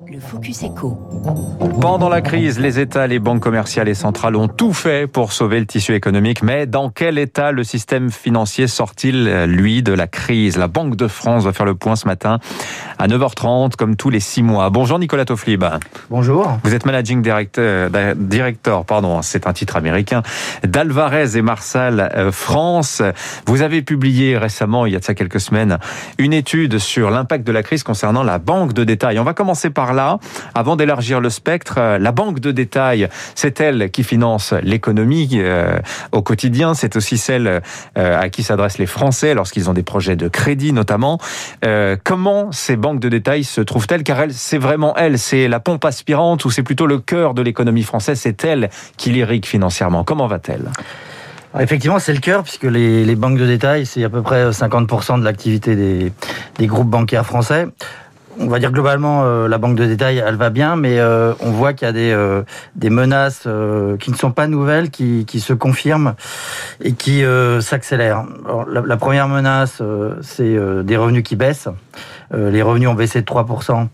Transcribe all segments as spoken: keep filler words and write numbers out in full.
Le Focus Éco. Pendant la crise, les États, les banques commerciales et centrales ont tout fait pour sauver le tissu économique. Mais dans quel état le système financier sort-il, lui, de la crise? La Banque de France va faire le point ce matin à neuf heures trente, comme tous les six mois. Bonjour Nicolas Toflib. Bonjour. Vous êtes Managing Director, director pardon, c'est un titre américain, d'Alvarez et Marsal France. Vous avez publié récemment, il y a de ça quelques semaines, une étude sur l'impact de la crise concernant la banque de détail. On va commencer par là. Avant d'élargir le spectre, la banque de détail, c'est elle qui finance l'économie euh, au quotidien. C'est aussi celle euh, à qui s'adressent les Français lorsqu'ils ont des projets de crédit notamment. Euh, comment ces banques de détail se trouvent-elles? Car elle, c'est vraiment elle, c'est la pompe aspirante ou c'est plutôt le cœur de l'économie française? C'est elle qui l'irrigue financièrement. Comment va-t-elle? Alors effectivement, c'est le cœur, puisque les, les banques de détail, c'est à peu près cinquante pour cent de l'activité des, des groupes bancaires français. On va dire globalement, euh, la banque de détail, elle va bien, mais euh, on voit qu'il y a des, euh, des menaces euh, qui ne sont pas nouvelles, qui, qui se confirment et qui euh, s'accélèrent. Alors, la, la première menace, euh, c'est euh, des revenus qui baissent. Euh, les revenus ont baissé de trois pour cent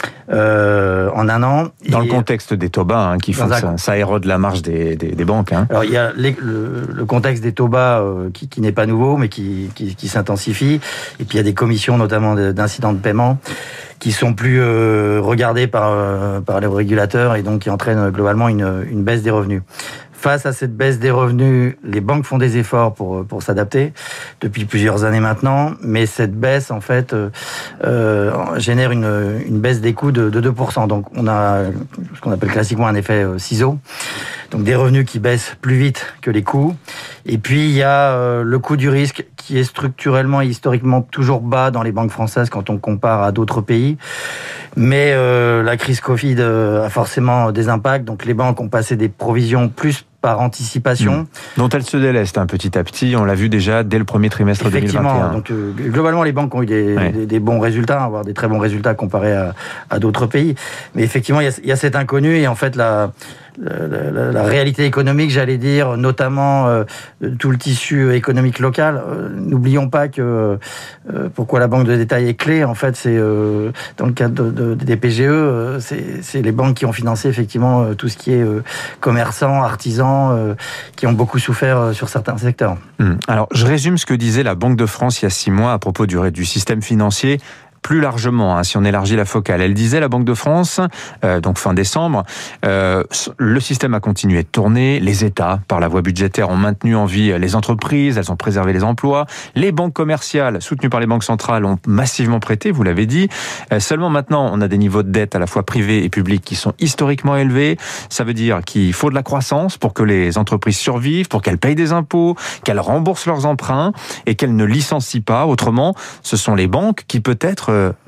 euh, en un an. Dans et le contexte des taux bas, hein, qui font un... ça, ça érode la marge des, des, des banques. Hein. Alors il y a les, le, le contexte des taux bas euh, qui, qui n'est pas nouveau, mais qui, qui, qui s'intensifie. Et puis il y a des commissions, notamment d'incidents de paiement, qui sont plus euh, regardées par, euh, par les régulateurs et donc qui entraînent globalement une, une baisse des revenus. Face à cette baisse des revenus, les banques font des efforts pour pour s'adapter depuis plusieurs années maintenant, mais cette baisse en fait euh, euh, génère une une baisse des coûts de, de deux pour cent. Donc on a ce qu'on appelle classiquement un effet euh, ciseau. Donc des revenus qui baissent plus vite que les coûts. Et puis il y a euh, le coût du risque qui est structurellement et historiquement toujours bas dans les banques françaises quand on compare à d'autres pays. Mais euh, la crise Covid a forcément des impacts. Donc les banques ont passé des provisions plus par anticipation. Mmh. Dont elles se délestent un petit à petit, on l'a vu déjà dès le premier trimestre deux mille vingt et un. Donc euh, globalement, les banques ont eu des, ouais. des, des bons résultats, voire des très bons résultats comparés à, à d'autres pays. Mais effectivement, il y a, il y a cet inconnu et en fait, la, la, la, la réalité économique, j'allais dire, notamment euh, tout le tissu économique local. Euh, n'oublions pas que euh, pourquoi la banque de détail est clé, en fait, c'est euh, dans le cadre de, de, des P G E, euh, c'est, c'est les banques qui ont financé effectivement euh, tout ce qui est euh, commerçants, artisans, Euh, qui ont beaucoup souffert euh, sur certains secteurs. Mmh. Alors, je résume ce que disait la Banque de France il y a six mois à propos du, du système financier. Plus largement, hein, si on élargit la focale. Elle disait, la Banque de France, euh, donc fin décembre, euh, le système a continué de tourner, les États, par la voie budgétaire, ont maintenu en vie les entreprises, elles ont préservé les emplois, les banques commerciales, soutenues par les banques centrales, ont massivement prêté, vous l'avez dit. Euh, seulement maintenant, on a des niveaux de dette à la fois privés et publics qui sont historiquement élevés. Ça veut dire qu'il faut de la croissance pour que les entreprises survivent, pour qu'elles payent des impôts, qu'elles remboursent leurs emprunts et qu'elles ne licencient pas. Autrement, ce sont les banques qui peut-être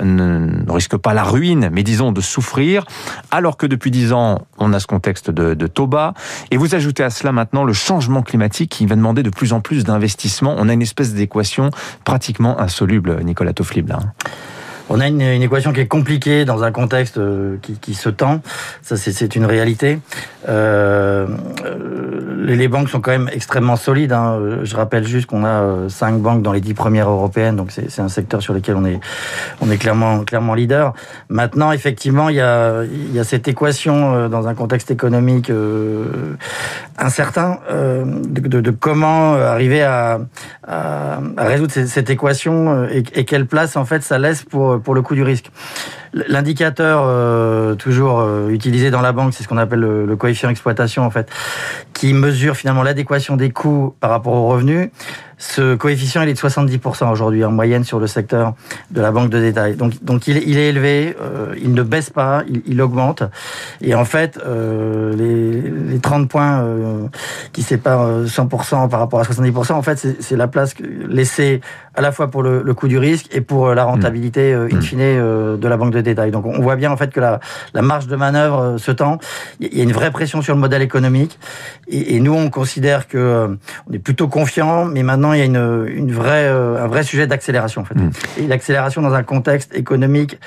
ne risque pas la ruine, mais disons de souffrir, alors que depuis dix ans, on a ce contexte de, de taux bas. Et vous ajoutez à cela maintenant le changement climatique qui va demander de plus en plus d'investissements. On a une espèce d'équation pratiquement insoluble, Nicolas Toflib, là. On a une, une équation qui est compliquée dans un contexte qui, qui se tend. Ça, c'est, c'est une réalité. Euh, les, les banques sont quand même extrêmement solides. Hein. Je rappelle juste qu'on a cinq banques dans les dix premières européennes, donc c'est, c'est un secteur sur lequel on est, on est clairement, clairement leader. Maintenant, effectivement, il y a, il y a cette équation dans un contexte économique euh, incertain euh, de, de, de comment arriver à, à, à résoudre cette, cette équation et, et quelle place en fait ça laisse pour pour le coût du risque. L'indicateur euh, toujours euh, utilisé dans la banque, c'est ce qu'on appelle le, le coefficient exploitation en fait, qui mesure finalement l'adéquation des coûts par rapport aux revenus. Ce coefficient, il est de soixante-dix pour cent aujourd'hui en moyenne sur le secteur de la banque de détail. Donc, donc il, il est élevé, euh, il ne baisse pas, il, il augmente. Et en fait, euh, les, les trente points euh, qui séparent cent pour cent par rapport à soixante-dix pour cent, en fait, c'est, c'est la place laissée à la fois pour le, le coût du risque et pour la rentabilité euh, in fine euh, de la banque de détail. Donc, on voit bien en fait que la, la marge de manœuvre euh, se tend. Il y a une vraie pression sur le modèle économique. Et, et nous, on considère que euh, on est plutôt confiant, mais maintenant il y a une, une vraie, euh, un vrai sujet d'accélération en fait. Mmh. Et l'accélération dans un contexte économique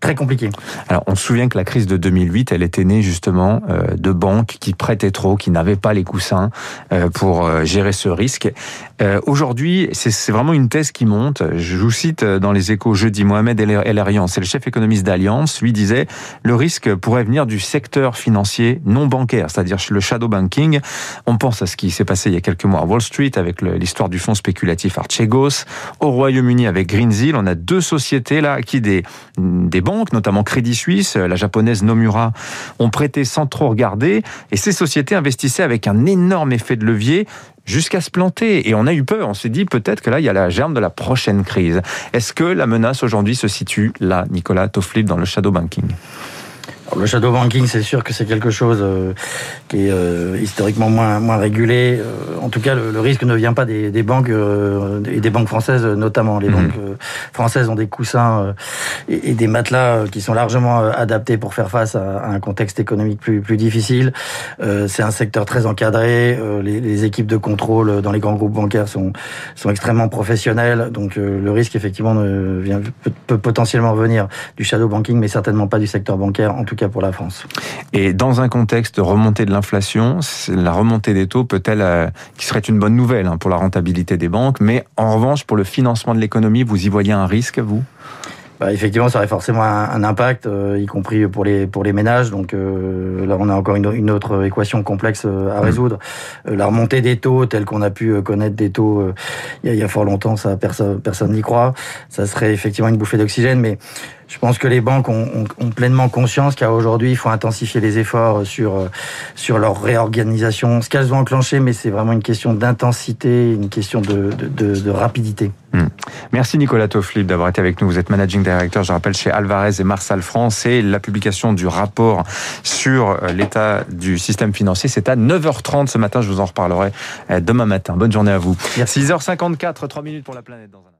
très compliqué. Alors, on se souvient que la crise de deux mille huit, elle était née justement euh, de banques qui prêtaient trop, qui n'avaient pas les coussins euh, pour euh, gérer ce risque. Euh, aujourd'hui, c'est, c'est vraiment une thèse qui monte. Je vous cite dans les Échos jeudi, Mohamed El Erian, c'est le chef économiste d'Allianz, lui disait « Le risque pourrait venir du secteur financier non bancaire, c'est-à-dire le shadow banking. On pense à ce qui s'est passé il y a quelques mois à Wall Street avec le, l'histoire du fonds spéculatif Archegos. Au Royaume-Uni avec Greensill, on a deux sociétés là qui des, des banques, notamment Crédit Suisse, la japonaise Nomura, ont prêté sans trop regarder et ces sociétés investissaient avec un énorme effet de levier jusqu'à se planter. Et on a eu peur, on s'est dit peut-être que là, il y a la germe de la prochaine crise. Est-ce que la menace aujourd'hui se situe là, Nicolas Tofflib, dans le shadow banking ? Alors, le shadow banking, c'est sûr que c'est quelque chose euh, qui est euh, historiquement moins moins régulé. Euh, en tout cas, le, le risque ne vient pas des, des banques euh, et des banques françaises notamment. Les mmh. banques euh, françaises ont des coussins euh, et, et des matelas euh, qui sont largement euh, adaptés pour faire face à, à un contexte économique plus plus difficile. Euh, c'est un secteur très encadré. Euh, les, les équipes de contrôle dans les grands groupes bancaires sont sont extrêmement professionnelles. Donc euh, le risque effectivement ne vient peut, peut potentiellement venir du shadow banking, mais certainement pas du secteur bancaire. En tout cas pour la France. Et dans un contexte de remontée de l'inflation, la remontée des taux peut-elle, euh, qui serait une bonne nouvelle hein, pour la rentabilité des banques, mais en revanche pour le financement de l'économie, vous y voyez un risque, vous ? Bah, effectivement, ça aurait forcément un, un impact, euh, y compris pour les pour les ménages. Donc euh, là, on a encore une, une autre équation complexe euh, à résoudre. Euh, la remontée des taux, telle qu'on a pu euh, connaître des taux euh, il, y a, il y a fort longtemps, ça personne personne n'y croit. Ça serait effectivement une bouffée d'oxygène, mais je pense que les banques ont, ont, ont pleinement conscience qu'aujourd'hui, il faut intensifier les efforts sur sur leur réorganisation. Ce qu'elles ont enclenché, mais c'est vraiment une question d'intensité, une question de de, de, de rapidité. Mmh. Merci Nicolas Tofflib d'avoir été avec nous. Vous êtes managing director, je rappelle, chez Alvarez et Marsal France. Et la publication du rapport sur l'état du système financier, c'est à neuf heures trente ce matin. Je vous en reparlerai demain matin. Bonne journée à vous. Merci. six heures cinquante-quatre, trois minutes pour la planète dans un